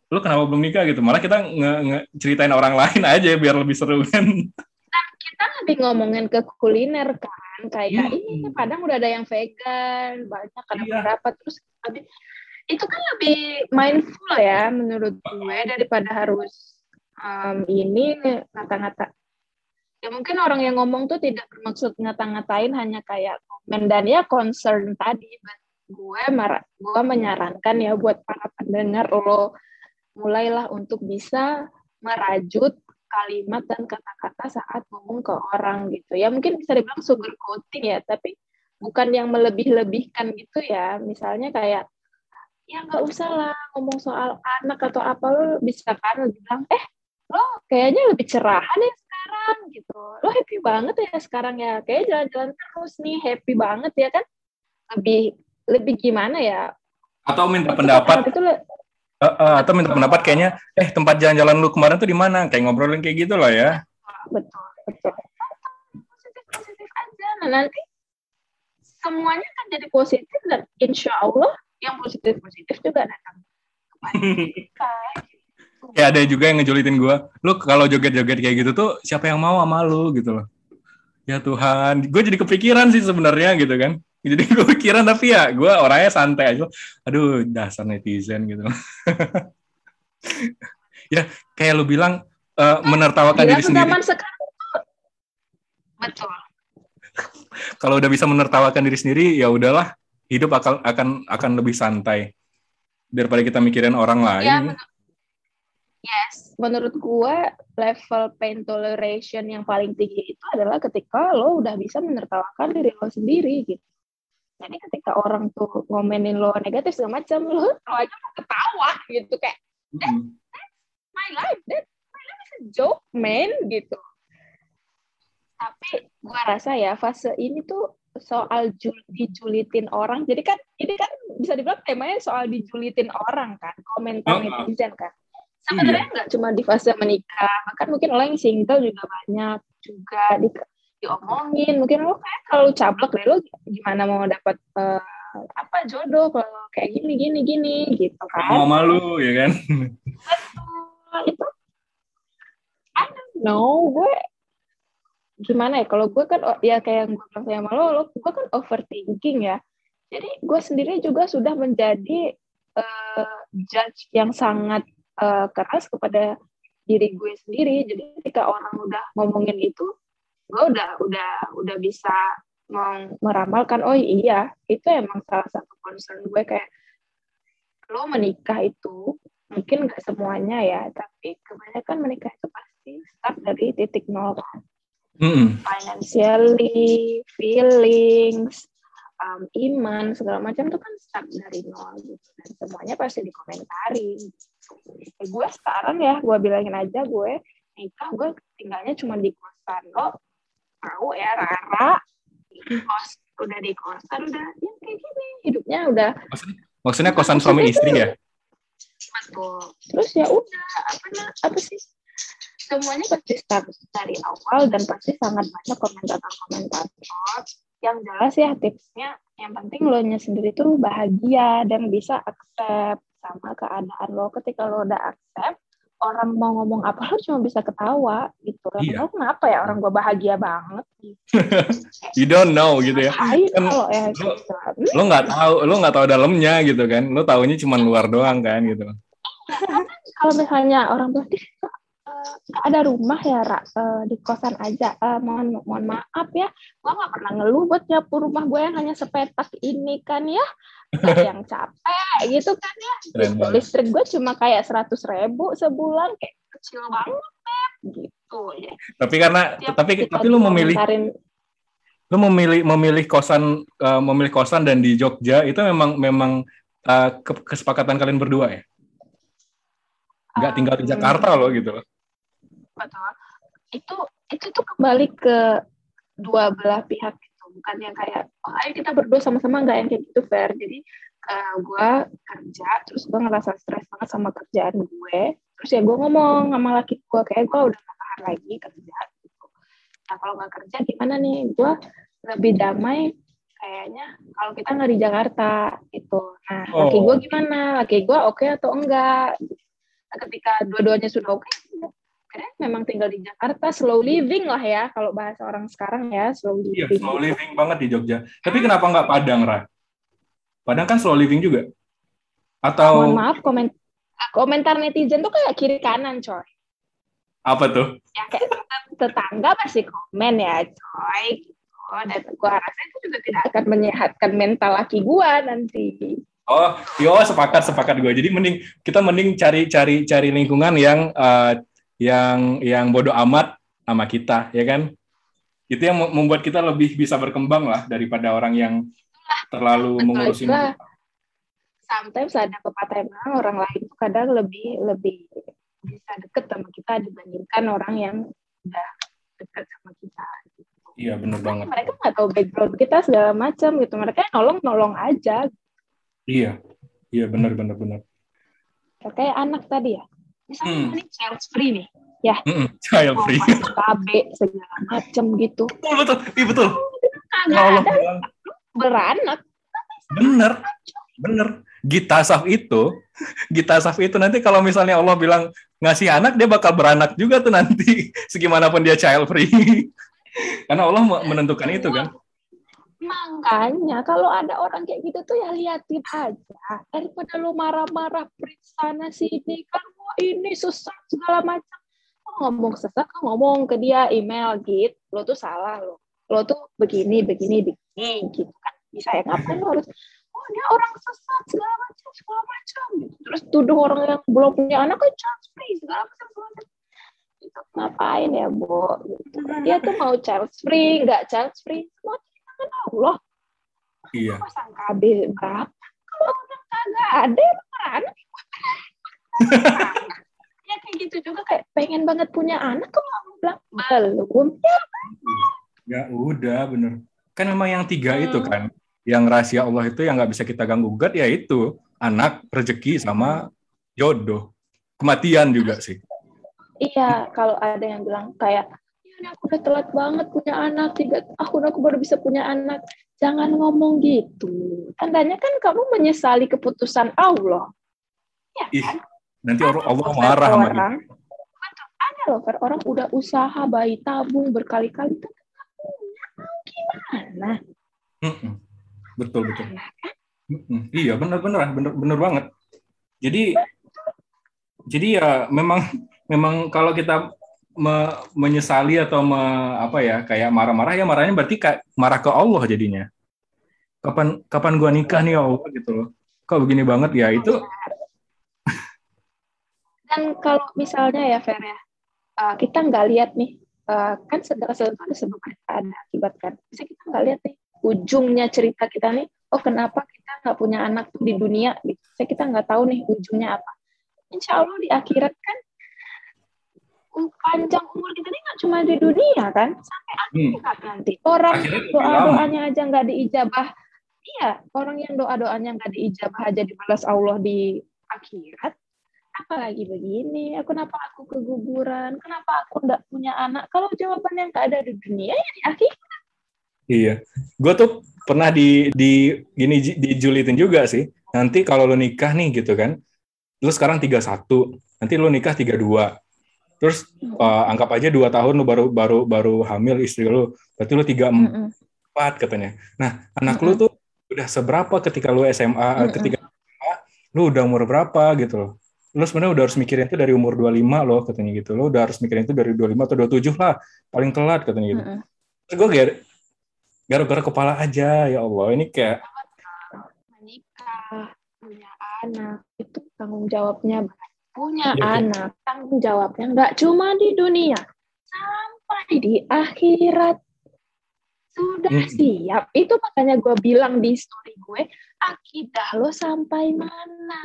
lu kenapa belum nikah gitu, malah kita nge, nge ceritain orang lain aja biar lebih seru kan. Kita lebih ngomongin ke kuliner kan, kayak ini Hmm, Padang udah ada yang vegan, banyak ada iya. beberapa, terus habis itu kan lebih mindful ya menurut gue daripada harus um, ini ngata-ngata. Ya mungkin orang yang ngomong tuh tidak bermaksud ngata-ngatain, hanya kayak komen dan ya concern tadi. But gue marah, gue menyarankan ya buat para pendengar, lo mulailah untuk bisa merajut kalimat dan kata-kata saat ngomong ke orang gitu. Ya mungkin bisa dibilang sugar coating ya, tapi bukan yang melebih-lebihkan gitu ya. Misalnya kayak, ya nggak usah lah ngomong soal anak atau apa, lo bisa kan lo bilang, eh lo kayaknya lebih cerahan ya sekarang gitu, lo happy banget ya sekarang ya, kayak jalan-jalan terus nih happy banget ya kan, lebih lebih gimana ya, Atau minta itu kata-kata pendapat, itu lo uh, uh, atau minta betul pendapat kayaknya, eh tempat jalan-jalan lu kemarin tuh di mana, kayak ngobrolin kayak gitu lah ya. betul betul positif positif aja, nah nanti semuanya kan jadi positif dan insya Allah yang positif positif juga datang kepada kita. Kayak ada juga yang ngejulitin gue, lu kalau joget-joget kayak gitu tuh siapa yang mau sama lu gitu loh. Ya Tuhan, gue jadi kepikiran sih sebenarnya gitu kan. Jadi gue pikiran, tapi ya gue orangnya santai aja. Aduh, dasar netizen gitu. Ya, kayak lu bilang, uh, menertawakan diri Bilang sendiri. zaman sekarang betul. Kalau udah bisa menertawakan diri sendiri, ya udahlah, hidup akan akan akan lebih santai daripada kita mikirin orang lain. Ya, yes, menurut gue level pain toleration yang paling tinggi itu adalah ketika lo udah bisa menertawakan diri lo sendiri gitu. Jadi ketika orang tuh ngomenin lo negatif segala macam, lo, lo aja mau ketawa gitu kayak, that, Mm-hmm. that's my life, that my life is a joke, man gitu. Tapi gue rasa ya fase ini tuh soal jul, dijulitin orang. Jadi kan ini kan bisa dibilang temanya soal dijulitin orang kan, komentar Uh-uh. netizen kan. Iya. Sebenarnya nggak cuma di fase menikah, bahkan mungkin orang yang single juga banyak juga di, diomongin. Mungkin lo kayak kalau cablok deh, lo gimana mau dapat uh, apa jodoh kalau kayak gini gini gini gitu kan. Mau malu ya kan. Betul, itu I don't know, gue gimana ya, kalau gue kan ya kayak yang gue bilang sama lo, lo gue kan overthinking ya, jadi gue sendiri juga sudah menjadi uh, judge yang sangat uh, keras kepada diri gue sendiri. Jadi ketika orang udah ngomongin itu, gue udah udah udah bisa meramalkan, oh iya itu emang salah satu concern gue, kayak lo menikah itu mungkin nggak semuanya ya, tapi kebanyakan menikah itu pasti start dari titik nol kan. Mm-mm. Financially, feelings, um, iman, segala macam itu kan start dari nol gitu. Dan semuanya pasti dikomentari. Gitu. Gue sekarang ya, gue bilangin aja gue nikah, gue tinggalnya cuma di kosan. Lo tahu ya Rara, di kos, udah di kosan, udah ya kayak gini, hidupnya udah. Maksudnya, maksudnya kosan suami istri ya? Betul. Terus ya udah, apa, apa sih? Semuanya pasti start dari awal dan pasti sangat banyak komentator-komentator. Yang jelas ya tipsnya, yang penting lo nya sendiri tuh bahagia dan bisa accept sama keadaan lo. Ketika lo udah accept, orang mau ngomong apa lo cuma bisa ketawa gitu. Iya. Lo kenapa ya orang gue bahagia banget gitu. You don't know gitu ya. Kan, lo, ya lo, lo nggak tahu, lo nggak tahu dalamnya gitu kan. Lo taunya cuma luar doang kan gitu. Kalau misalnya orang tuh Uh, ada rumah ya Ra, uh, di kosan aja, uh, mohon mohon maaf ya, gue nggak pernah ngeluh buat nyapu rumah gue yang hanya sepetak ini kan ya, nggak yang capek gitu kan ya, gitu. Listrik gue cuma kayak seratus ribu sebulan, kayak kecil banget gitu ya. Tapi karena Tiap tapi tapi lu memilih lu memilih memilih kosan uh, memilih kosan dan di Jogja itu memang memang uh, kesepakatan kalian berdua ya, nggak tinggal di Jakarta loh gitu loh. Betul. Itu itu tuh kembali ke dua belah pihak gitu, bukan yang kayak oh ayo kita berdua sama-sama, nggak yang kayak gitu fair. Jadi uh, gue kerja terus gue ngerasa stres banget sama kerjaan gue, terus ya gue ngomong sama laki gue kayak gue udah gak tahan lagi kerja gitu. Nah kalau nggak kerja gimana nih, gue lebih damai kayaknya kalau kita nggak di Jakarta gitu. Nah oh. Laki gue gimana, laki gue oke okay atau enggak gitu. ketika dua-duanya sudah oke, karena memang tinggal di Jakarta, slow living lah ya, kalau bahasa orang sekarang ya, slow Iya, living. slow living banget di Jogja. Tapi kenapa nggak Padang, Ra? Padang kan slow living juga. Atau Mohon maaf, komen, komentar netizen tuh kayak kiri kanan, coy. apa tuh? Ya kayak tetangga pasti komen ya, coy. Oh, dan gue rasa itu juga tidak akan menyehatkan mental laki gue nanti. Oh, yo sepakat sepakat gue. Jadi mending kita mending cari cari cari lingkungan yang uh, yang yang bodoh amat sama kita, ya kan? Itu yang membuat kita lebih bisa berkembang lah daripada orang yang terlalu Betul mengurusin juga. kita. Sometimes ada pepatah yang bilang orang lain itu kadang lebih lebih bisa deket sama kita dibandingkan orang yang udah deket sama kita. Gitu. Iya benar banget. Mereka nggak tahu background kita segala macam gitu. Mereka nolong nolong aja. Iya, iya benar benar benar. Kayak anak tadi ya. Misalnya hmm. ini child free nih, ya. Mm-mm, child free. K B segala macam gitu. Betul betul, iya betul. Kagak ada beranak. Bener, bener. Gita Saf itu, Gita Saf itu nanti kalau misalnya Allah bilang ngasih anak, dia bakal beranak juga tuh nanti, segimanapun dia child free. Karena Allah menentukan itu kan. Makanya kalau ada orang kayak gitu tuh ya liatin aja. Daripada lu marah-marah periksa sana sini kan, wah ini sesat segala macam. Lo ngomong sesat, lo ngomong ke dia email gitu. Lo tuh salah lo. Lo tuh begini, begini, begini gitu kan. Bisa ya ngapain lo harus, oh dia orang sesat segala macam, segala macam gitu. Terus tuduh orang yang belum punya anak kan child free segala macam, segala macam. Gitu. Ngapain ya, Bo? Gitu. Dia tuh mau child free, nggak child free, semua kan Allah. Iya. Pasang K B berapa? Kalau orang kagak ada, anak ya kayak gitu juga, kayak pengen banget punya anak, kalau aku bilang belum. Ya udah bener. Kan memang yang tiga hmm. itu kan, yang rahasia Allah itu yang nggak bisa kita ganggu gugat, yaitu anak, rezeki, sama jodoh, kematian juga sih. Iya, kalau ada yang bilang kayak, ya aku udah telat banget punya anak, tiga tahun aku baru bisa punya anak. Jangan ngomong gitu. Tandanya kan kamu menyesali keputusan Allah. Ya Ih, kan? nanti orang Allah marah sama kita. Betul, ada loh, orang udah usaha bayi tabung berkali-kali, gimana? Mm-mm. Betul betul. Mm-mm. Iya benar-benar benar benar banget. Jadi jadi ya memang memang kalau kita me, menyesali atau me, apa ya kayak marah-marah, ya marahnya berarti kayak marah ke Allah jadinya. Kapan kapan gua nikah nih ya Allah gitu loh. Kok begini banget ya itu. Dan kalau misalnya ya Fer ya, uh, kita nggak lihat nih, uh, kan segala sesuatu ada sebab ada akibat kan. Bisa kita nggak lihat nih ujungnya cerita kita nih, oh kenapa kita nggak punya anak di dunia gitu. Bisa kita nggak tahu nih ujungnya apa. Insya Allah di akhirat kan panjang umur kita ini nggak cuma di dunia kan, sampai akhirat hmm. nanti. Orang doa-doanya aja nggak diijabah. Iya, orang yang doa-doanya nggak diijabah aja dibalas Allah di akhirat. Apalagi begini, aku kenapa aku keguguran, kenapa aku nggak punya anak? Kalau jawabannya nggak ada di dunia, ya di akhirat. Iya, gue tuh pernah di di gini dijulitin juga sih. Nanti kalau lo nikah nih gitu kan, lo sekarang tiga puluh satu, nanti lo nikah tiga puluh dua. Terus uh, anggap aja dua tahun lo baru baru baru hamil istri lo, berarti lo tiga puluh empat katanya. Nah, anak lo tuh udah seberapa ketika lo S M A, Mm-mm. ketika S M A, lo udah umur berapa gitu loh. Lo sebenarnya udah harus mikirin itu dari umur dua puluh lima loh katanya gitu. Lo udah harus mikirin itu dari dua puluh lima atau dua puluh tujuh lah, paling telat katanya gitu. Mm-mm. Terus gue kayak gara-gara kepala aja, ya Allah, ini kayak menikah, punya anak, itu tanggung jawabnya punya ya, anak, ya. Tanggung jawabnya nggak cuma di dunia, sampai di akhirat. Sudah hmm. siap. Itu makanya gue bilang di story gue, akidah lo sampai mana?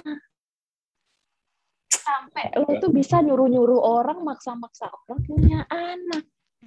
Sampai lo tuh bisa nyuruh-nyuruh orang, maksa-maksa orang punya anak.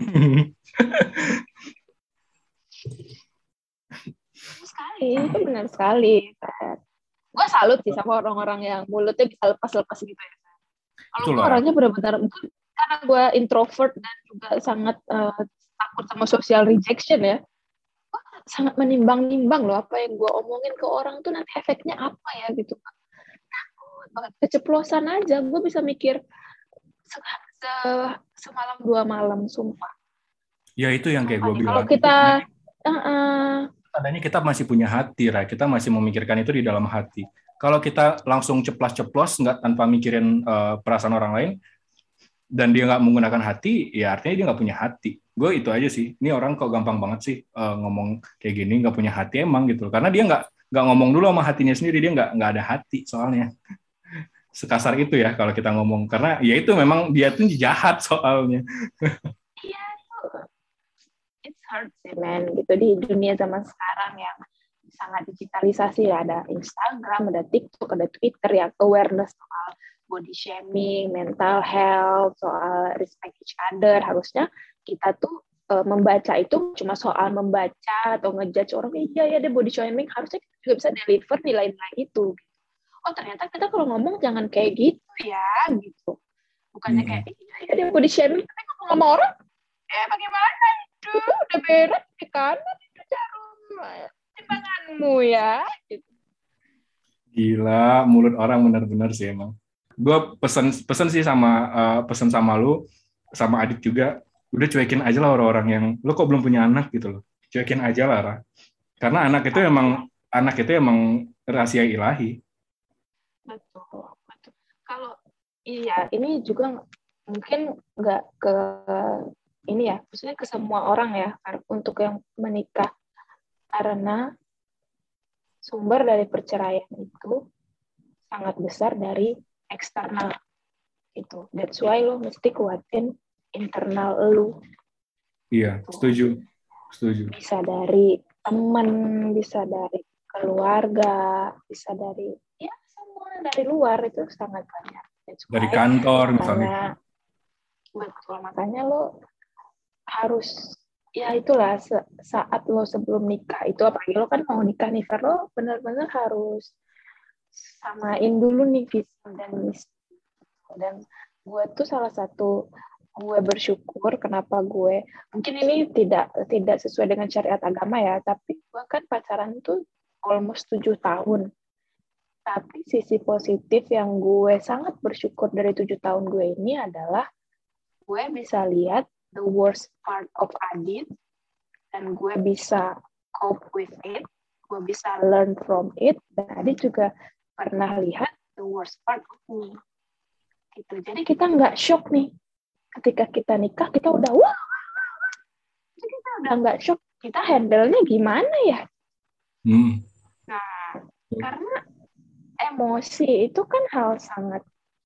Sekali, itu benar sekali. Gue salut sih sama orang-orang yang mulutnya bisa lepas-lepas gitu ya. Kalau gue orangnya benar-benar, karena gue introvert dan juga sangat uh, takut sama social rejection ya, gue sangat menimbang-nimbang loh apa yang gue omongin ke orang tuh nanti efeknya apa ya gitu. Takut banget. Keceplosan aja, gue bisa mikir se, se, semalam dua malam, sumpah. Ya itu yang kayak Sumpah gue nih, kalau bilang. Itu kita, tandanya, uh, uh, tandanya kita masih punya hati, Ra. Kita masih memikirkan itu di dalam hati. Kalau kita langsung ceplas-ceplos, nggak tanpa mikirin uh, perasaan orang lain, dan dia nggak menggunakan hati, ya artinya dia nggak punya hati. Gue itu aja sih. Ini orang kok gampang banget sih uh, ngomong kayak gini, nggak punya hati emang gitu. Karena dia nggak nggak ngomong dulu sama hatinya sendiri, dia nggak nggak ada hati soalnya. Sekasar itu ya kalau kita ngomong. Karena ya itu memang dia tuh jahat soalnya. iya tuh, it's hard sih, man. Gitu di dunia zaman sekarang yang sangat digitalisasi, ya. Ada Instagram, ada TikTok, ada Twitter, ya, awareness soal body shaming, mental health, soal respect each other. Harusnya kita tuh uh, membaca itu cuma soal membaca atau ngejudge orang, iya ya dia body shaming, harusnya kita juga bisa deliver nilai-nilai itu. Oh ternyata kita kalau ngomong jangan kayak gitu ya, gitu. Bukannya kayak, iya ya dia body shaming, tapi ngomong sama orang, eh bagaimana itu, udah beres di kanan, itu jarum timbanganmu ya. Gitu. Gila, mulut orang benar-benar sih emang. Gue pesen pesen sih sama uh, pesen sama lu, sama Adit juga. Udah cuekin aja lah orang-orang yang lu kok belum punya anak gitu loh. Cuekin aja lah, Ra. Karena anak itu emang anak itu emang rahasia ilahi. Betul, betul. Kalau iya, ini juga mungkin nggak ke ini ya, maksudnya ke semua orang ya, untuk yang menikah, karena sumber dari perceraian itu sangat besar dari eksternal itu. That's why lo mesti kuatin internal lo. Iya, gitu. setuju, setuju. Bisa dari teman, bisa dari keluarga, bisa dari ya semua dari luar, itu sangat banyak. That's Dari why, kantor makanya, misalnya. betul, makanya lo harus ya itulah saat lo sebelum nikah itu, apalagi lo kan mau nikah nih, lo benar-benar harus samain dulu nih visi dan misi. Dan gue tuh salah satu, gue bersyukur kenapa gue, mungkin ini tidak tidak sesuai dengan syariat agama ya, tapi gue kan pacaran tuh almost tujuh tahun. Tapi sisi positif yang gue sangat bersyukur dari tujuh tahun gue ini adalah gue bisa lihat the worst part of Adit, dan gue bisa cope with it, gue bisa learn from it, dan Adit juga pernah lihat the worst part of me. Gitu. Jadi kita nggak shock nih ketika kita nikah, kita udah wah, jadi kita udah nggak shock, kita handle-nya gimana ya? Hmm. Nah, karena emosi itu kan hal sangat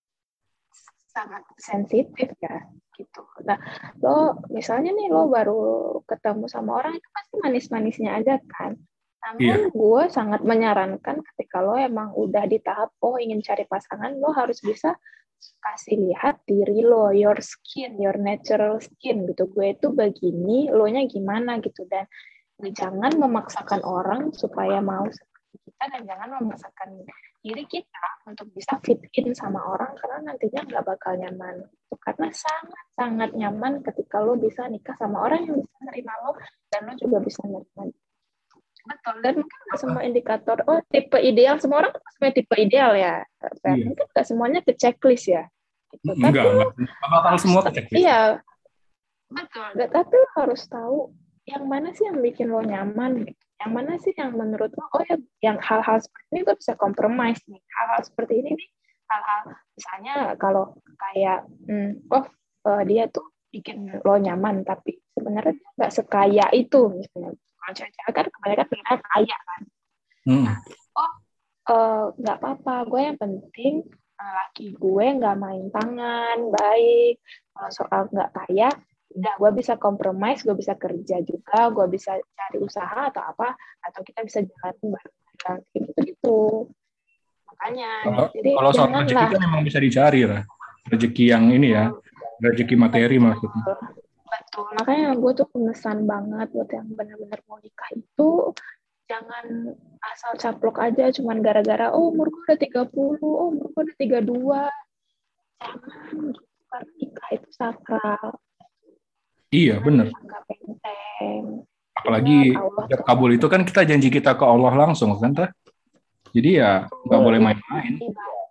sangat sensitif ya, gitu. Nah, lo misalnya nih lo baru ketemu sama orang, itu pasti manis-manisnya aja kan. Namun iya. Gue sangat menyarankan ketika lo emang udah di tahap oh ingin cari pasangan, lo harus bisa kasih lihat diri lo, your skin, your natural skin gitu. Gue itu begini, lo nya gimana gitu. Dan jangan memaksakan orang supaya mau seperti kita, dan jangan memaksakan diri kita untuk bisa fit in sama orang, karena nantinya nggak bakal nyaman. Karena sangat-sangat nyaman ketika lo bisa nikah sama orang yang bisa nerima lo, dan lo juga bisa nerima. Betul, dan mungkin nggak semua indikator, oh tipe ideal, semua orang semua tipe ideal ya. Iya. Mungkin nggak semuanya ke checklist ya. Gitu. Enggak, tapi enggak. Bakal semua ke checklist. Iya, betul. Tapi lo harus tahu yang mana sih yang bikin lo nyaman, gitu. Yang mana sih yang menurut lo, oh ya, yang hal-hal seperti ini gue bisa compromise nih. Hal-hal seperti ini nih, hal-hal misalnya kalau kayak, hmm, oh uh, dia tuh bikin lo nyaman, tapi sebenarnya nggak sekaya itu misalnya. Kalau cewek-cewek kan kebanyakan pengen kaya kan. Hmm. Nah, oh nggak uh, apa-apa, gue yang penting uh, laki gue nggak main tangan, baik. Kalau soal nggak kaya, udah gue bisa compromise, gue bisa kerja juga, gue bisa cari usaha atau apa, atau kita bisa jalan bareng-bareng gitu-gitu. Makanya, kalau, jadi kalau soal rezeki kan memang bisa dicari lah, rezeki yang ini ya, rezeki materi maksudnya. Betul, makanya gue tuh pemesan banget buat yang benar-benar mau nikah itu, jangan asal caplok aja cuman gara-gara oh umur gue udah tiga puluh, oh umur gue udah tiga puluh dua. Jangan gitu, karena nikah itu sakral. Iya, benar. Enggak penting. Apalagi setiap kabul itu kan kita janji kita ke Allah langsung kan, Teh? Jadi ya nggak boleh main-main.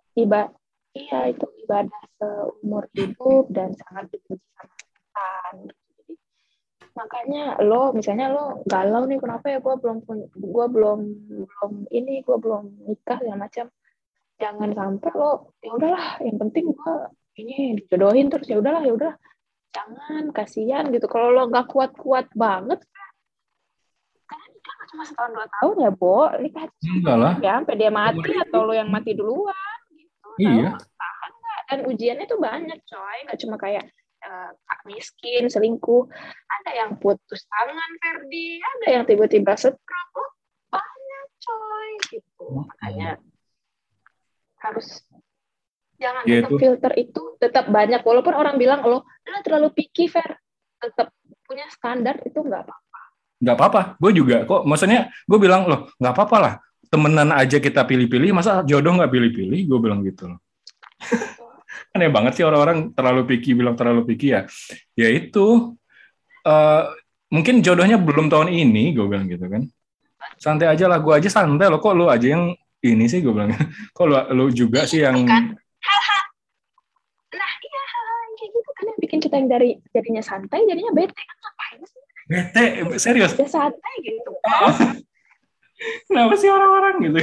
ibadah, iya itu ibadah seumur hidup dan sangat dibenci sama Tuhan. Jadi, makanya lo misalnya lo galau nih, kenapa ya gue belum gue belum belum ini gue belum nikah segala macam, jangan sampai lo ya udahlah yang penting gue ini dijodohin terus ya udahlah ya udahlah, jangan, kasihan gitu kalau lo nggak kuat-kuat banget. Karena nikah nggak cuma setahun dua tahun ya, Bo. Nikah Enggak lah. ya sampai dia mati atau lo yang mati duluan gitu. Iya. Nah, lo tahan nggak? Dan ujiannya tuh banyak, coy. Nggak cuma kayak uh, miskin, selingkuh. Ada yang putus tangan, Ferdi. Ada yang tiba-tiba stroke. Oh, banyak, coy. Gitu. Makanya harus jangan Ya, tetap itu. filter itu tetap banyak. Walaupun orang bilang lo, lo terlalu picky, Fer. Tetap punya standar itu nggak apa-apa. Nggak apa-apa, gue juga kok, maksudnya gue bilang loh nggak apa-apa lah, temenan aja kita pilih-pilih, masa jodoh nggak pilih-pilih, gue bilang gitu loh. Aneh banget sih orang-orang terlalu picky, bilang terlalu picky ya, ya itu uh, mungkin jodohnya belum tahun ini, gue bilang gitu kan, santai aja lah, gue aja santai loh, kok lu aja yang ini sih, gue bilang, kok lu, lu juga sih yang kan? Hal-hal, nah iya hal-hal yang kayak gitu kan yang bikin kita yang dari jadinya santai jadinya bete kan, ngapain sih? bete, serius. Ya santai gitu kan. Kenapa sih orang-orang gitu?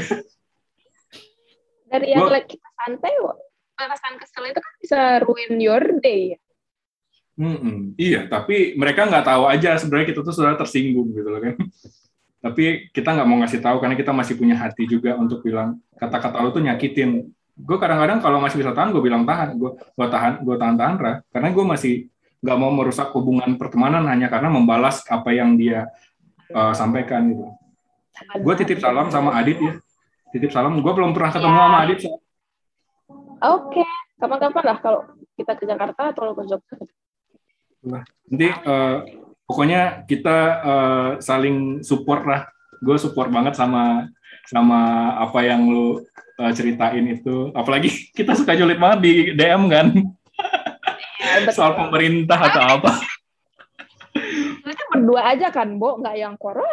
Dari yang like kita santai, perasaan kesel itu kan bisa ruin your day. Hmm, iya, tapi mereka nggak tahu aja sebenarnya kita tuh sudah tersinggung gitu loh kan. Tapi kita nggak mau ngasih tahu karena kita masih punya hati juga untuk bilang kata-kata lu tuh nyakitin. Gue kadang-kadang kalau masih bisa tahan, gue bilang tahan, gue gue tahan, gue tahan-tahan Ra, karena gue masih nggak mau merusak hubungan pertemanan hanya karena membalas apa yang dia uh, sampaikan gitu. Gue titip salam sama Adit ya, titip salam. Gue belum pernah ketemu ya. sama Adit. Oke, okay. Kapan-kapan lah kalau kita ke Jakarta atau ke Jogja. Nah, nanti uh, pokoknya kita uh, saling support lah. Gue support banget sama sama apa yang lu uh, ceritain itu. Apalagi kita suka julid banget di D M kan. Ya, soal pemerintah atau apa. Kita berdua aja kan, Bo, nggak yang corona.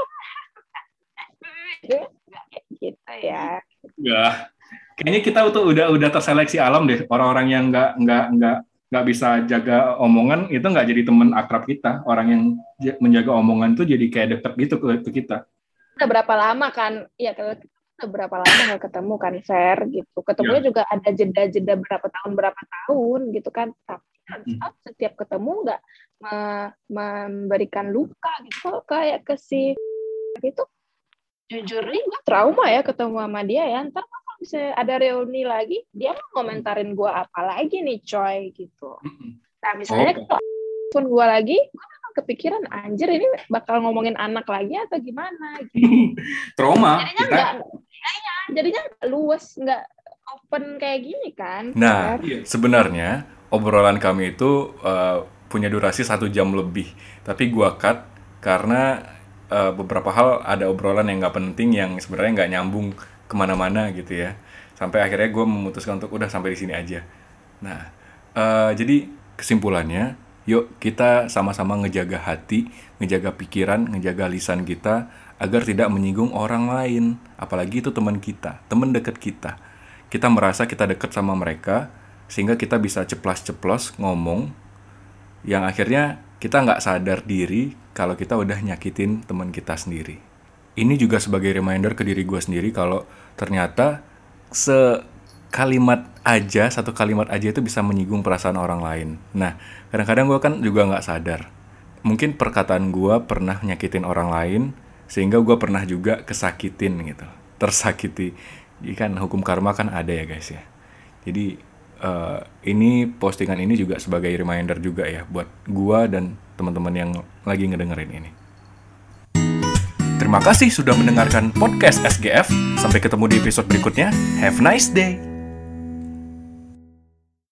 Nggak kayak gitu ya. Nggak. Kayaknya kita tuh udah udah terseleksi alam deh. Orang-orang yang nggak nggak nggak nggak bisa jaga omongan itu nggak jadi teman akrab kita. Orang yang menjaga omongan tuh jadi kayak deket gitu ke, ke kita. Udah berapa lama kan? Iya, kalau udah berapa lama nggak ketemu kan, Fer gitu. Ketemunya ya. Juga ada jeda-jeda berapa tahun berapa tahun gitu kan. Tapi hmm. setiap ketemu nggak me- memberikan luka gitu. Kayak ke si gitu. Jujur nih, gue trauma ya ketemu sama dia ya. Ntar kalau bisa ada reuni lagi, dia mau komentarin gue apa lagi nih, coy gitu. Nah misalnya oh. kalau pun gue lagi, gue bakal kepikiran anjir ini bakal ngomongin anak lagi atau gimana? Gitu. Trauma. Jadinya nggak, ya, jadinya luas, nggak open kayak gini kan? Nah, iya. Sebenarnya obrolan kami itu uh, punya durasi satu jam lebih, tapi gue cut karena Uh, beberapa hal ada obrolan yang nggak penting yang sebenarnya nggak nyambung kemana-mana gitu ya, sampai akhirnya gue memutuskan untuk udah sampai di sini aja. Nah uh, jadi kesimpulannya, yuk kita sama-sama ngejaga hati, ngejaga pikiran, ngejaga lisan kita agar tidak menyinggung orang lain, apalagi itu teman kita, teman dekat kita. Kita merasa kita dekat sama mereka sehingga kita bisa ceplas-ceplos ngomong yang akhirnya kita nggak sadar diri kalau kita udah nyakitin teman kita sendiri. Ini juga sebagai reminder ke diri gue sendiri kalau ternyata sekalimat aja, satu kalimat aja itu bisa menyinggung perasaan orang lain. Nah, kadang-kadang gue kan juga nggak sadar. Mungkin perkataan gue pernah nyakitin orang lain, sehingga gue pernah juga kesakitin gitu, tersakiti. Jadi kan hukum karma kan ada ya guys ya. Jadi Uh, ini postingan ini juga sebagai reminder juga ya buat gua dan teman-teman yang lagi ngedengerin ini. Terima kasih sudah mendengarkan podcast S G F. Sampai ketemu di episode berikutnya. Have a nice day.